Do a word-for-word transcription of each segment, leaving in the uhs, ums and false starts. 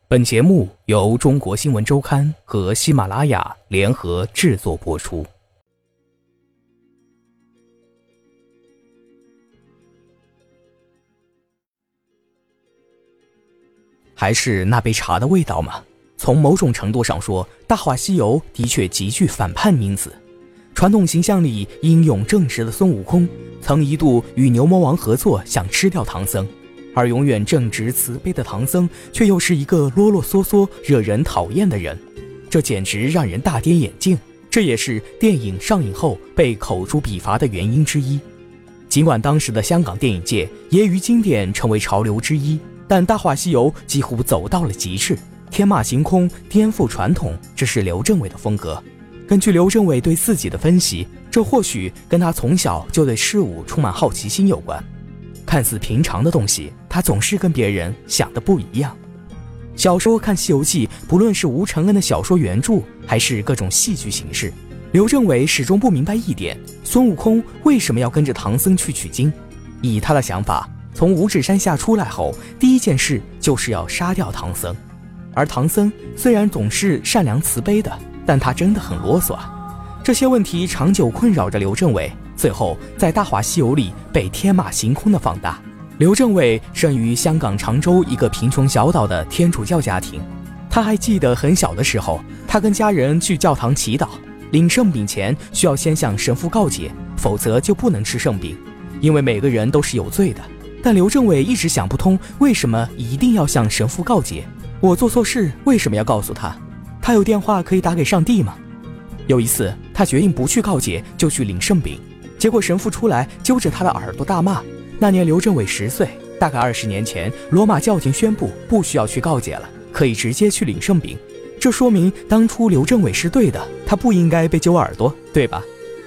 本节目由中国新闻周刊和喜马拉雅联合制作播出。还是那杯茶的味道吗？从某种程度上说，《大话西游》的确极具反叛因子。传统形象里英勇正直的孙悟空，曾一度与牛魔王合作，想吃掉唐僧。而永远正直慈悲的唐僧却又是一个啰啰嗦嗦惹人讨厌的人，这简直让人大跌眼镜。这也是电影上映后被口诛笔伐的原因之一。尽管当时的香港电影界揶揄经典成为潮流之一，但《大话西游》几乎走到了极致，天马行空，颠覆传统，这是刘镇伟的风格。根据刘镇伟对自己的分析，这或许跟他从小就对事物充满好奇心有关。看似平常的东西，他总是跟别人想的不一样。小时候看《西游记》，不论是吴承恩的小说原著，还是各种戏剧形式，刘镇伟始终不明白一点：孙悟空为什么要跟着唐僧去取经？以他的想法，从五指山下出来后，第一件事就是要杀掉唐僧。而唐僧虽然总是善良慈悲的，但他真的很啰嗦啊。这些问题长久困扰着刘镇伟，最后在《大话西游》里被天马行空的放大。刘镇伟生于香港常州一个贫穷小岛的天主教家庭，他还记得很小的时候，他跟家人去教堂祈祷，领圣饼前需要先向神父告解，否则就不能吃圣饼，因为每个人都是有罪的。但刘镇伟一直想不通，为什么一定要向神父告解？我做错事为什么要告诉他？他有电话可以打给上帝吗？有一次他决定不去告解，就去领圣饼，结果神父出来揪着他的耳朵大骂。那年刘镇伟十岁，大概二十年前，罗马教廷宣布不需要去告解了，可以直接去领圣饼。这说明当初刘镇伟是对的，他不应该被揪耳朵，对吧？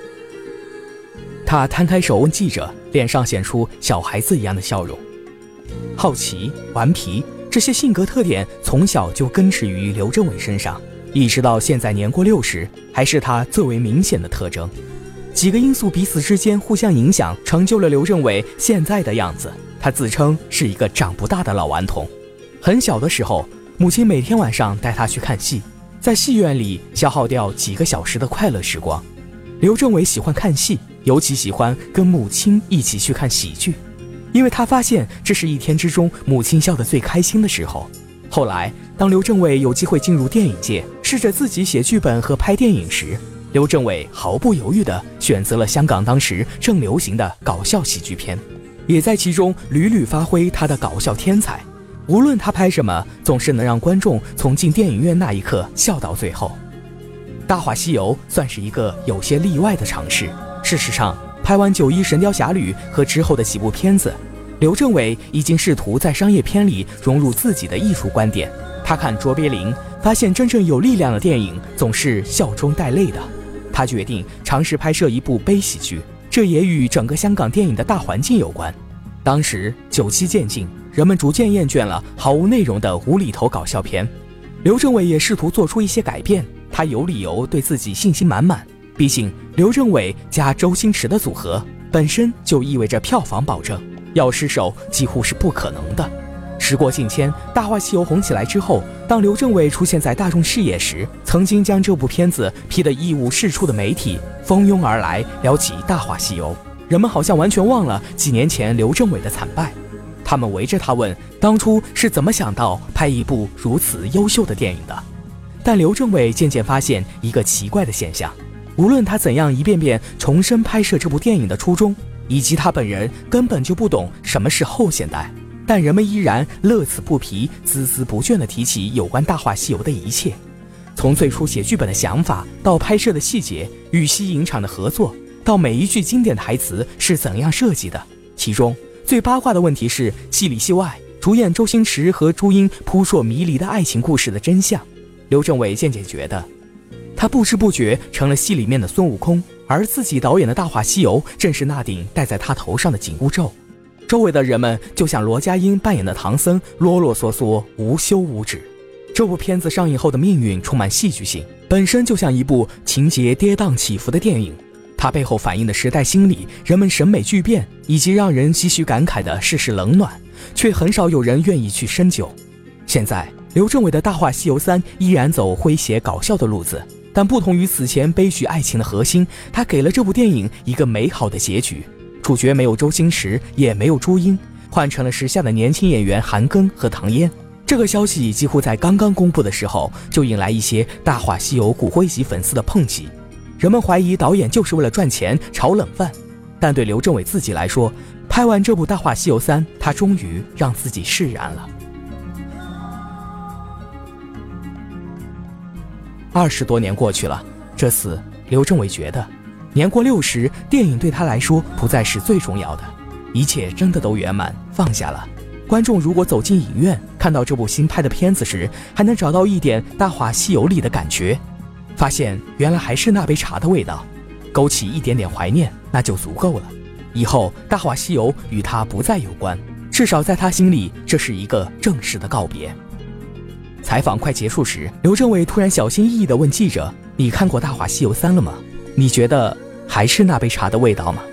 他摊开手问记者，脸上显出小孩子一样的笑容。好奇、顽皮，这些性格特点从小就根植于刘镇伟身上，一直到现在年过六十，还是他最为明显的特征。几个因素彼此之间互相影响，成就了刘镇伟现在的样子。他自称是一个长不大的老顽童。很小的时候，母亲每天晚上带他去看戏，在戏院里消耗掉几个小时的快乐时光。刘镇伟喜欢看戏，尤其喜欢跟母亲一起去看喜剧，因为他发现这是一天之中母亲笑得最开心的时候。后来当刘镇伟有机会进入电影界，试着自己写剧本和拍电影时，刘镇伟毫不犹豫地选择了香港当时正流行的搞笑喜剧片，也在其中屡屡发挥他的搞笑天才。无论他拍什么，总是能让观众从进电影院那一刻笑到最后。《大话西游》算是一个有些例外的尝试。事实上，拍完九一神雕侠侣和之后的几部片子，刘镇伟已经试图在商业片里融入自己的艺术观点。他看卓别林，发现真正有力量的电影总是笑中带泪的。他决定尝试拍摄一部悲喜剧，这也与整个香港电影的大环境有关。当时九七渐进，人们逐渐厌倦了毫无内容的无厘头搞笑片。刘镇伟也试图做出一些改变，他有理由对自己信心满满。毕竟刘镇伟加周星驰的组合本身就意味着票房保证，要失手几乎是不可能的。时过境迁，《大话西游》红起来之后，当刘镇伟出现在大众视野时，曾经将这部片子批得一无是处的媒体蜂拥而来聊起《大话西游》，人们好像完全忘了几年前刘镇伟的惨败。他们围着他问，当初是怎么想到拍一部如此优秀的电影的？但刘镇伟渐渐发现一个奇怪的现象，无论他怎样一遍遍重申拍摄这部电影的初衷，以及他本人根本就不懂什么是后现代，但人们依然乐此不疲、孜孜不倦地提起有关《大话西游》的一切，从最初写剧本的想法，到拍摄的细节、与西影厂的合作，到每一句经典台词是怎样设计的。其中最八卦的问题是，戏里戏外，主演周星驰和朱茵扑朔迷离的爱情故事的真相。刘镇伟渐渐觉得，他不知不觉成了戏里面的孙悟空，而自己导演的《大话西游》正是那顶戴在他头上的紧箍咒。周围的人们就像罗家英扮演的唐僧，啰啰嗦嗦，无休无止。这部片子上映后的命运充满戏剧性，本身就像一部情节跌宕起伏的电影。它背后反映的时代心理、人们审美巨变，以及让人唏嘘感慨的世事冷暖，却很少有人愿意去深究。现在刘镇伟的《大话西游三》依然走诙谐搞笑的路子，但不同于此前悲剧爱情的核心，他给了这部电影一个美好的结局。主角没有周星驰，也没有朱茵，换成了时下的年轻演员韩庚和唐嫣。这个消息几乎在刚刚公布的时候，就引来一些《大话西游》骨灰级粉丝的抨击。人们怀疑导演就是为了赚钱炒冷饭，但对刘镇伟自己来说，拍完这部《大话西游三》，他终于让自己释然了。二十多年过去了，这次刘镇伟觉得，年过六十，电影对他来说不再是最重要的，一切真的都圆满放下了。观众如果走进影院，看到这部新拍的片子时，还能找到一点《大话西游》里的感觉，发现原来还是那杯茶的味道，勾起一点点怀念，那就足够了。以后《大话西游》与他不再有关，至少在他心里，这是一个正式的告别。采访快结束时，刘镇伟突然小心翼翼地问记者：“你看过《大话西游三》了吗？你觉得还是那杯茶的味道吗？”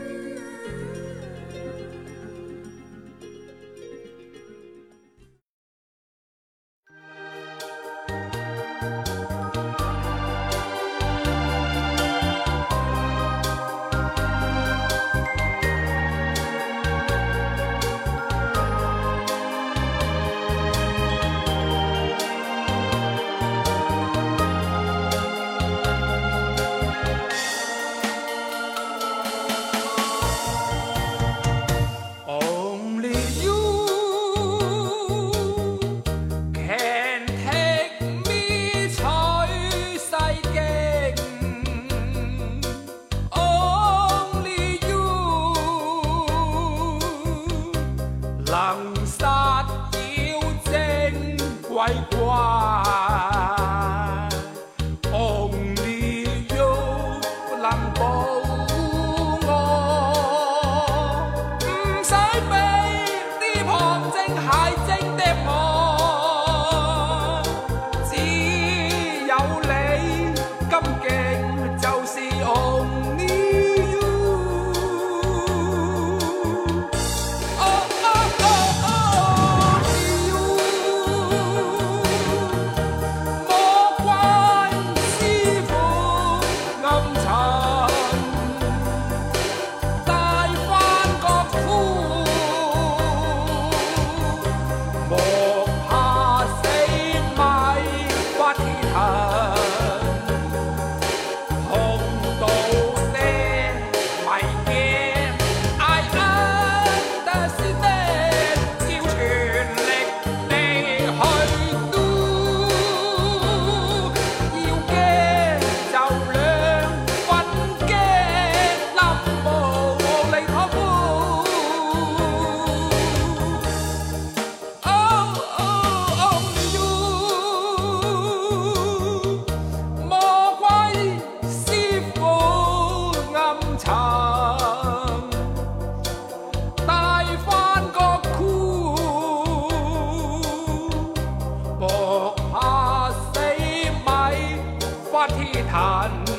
能殺妖精鬼怪 ，Only you 能保我，唔使俾啲旁證蟹精的我，只有你咁勁，就是 Only you。 莫怕死咪發鐵壇。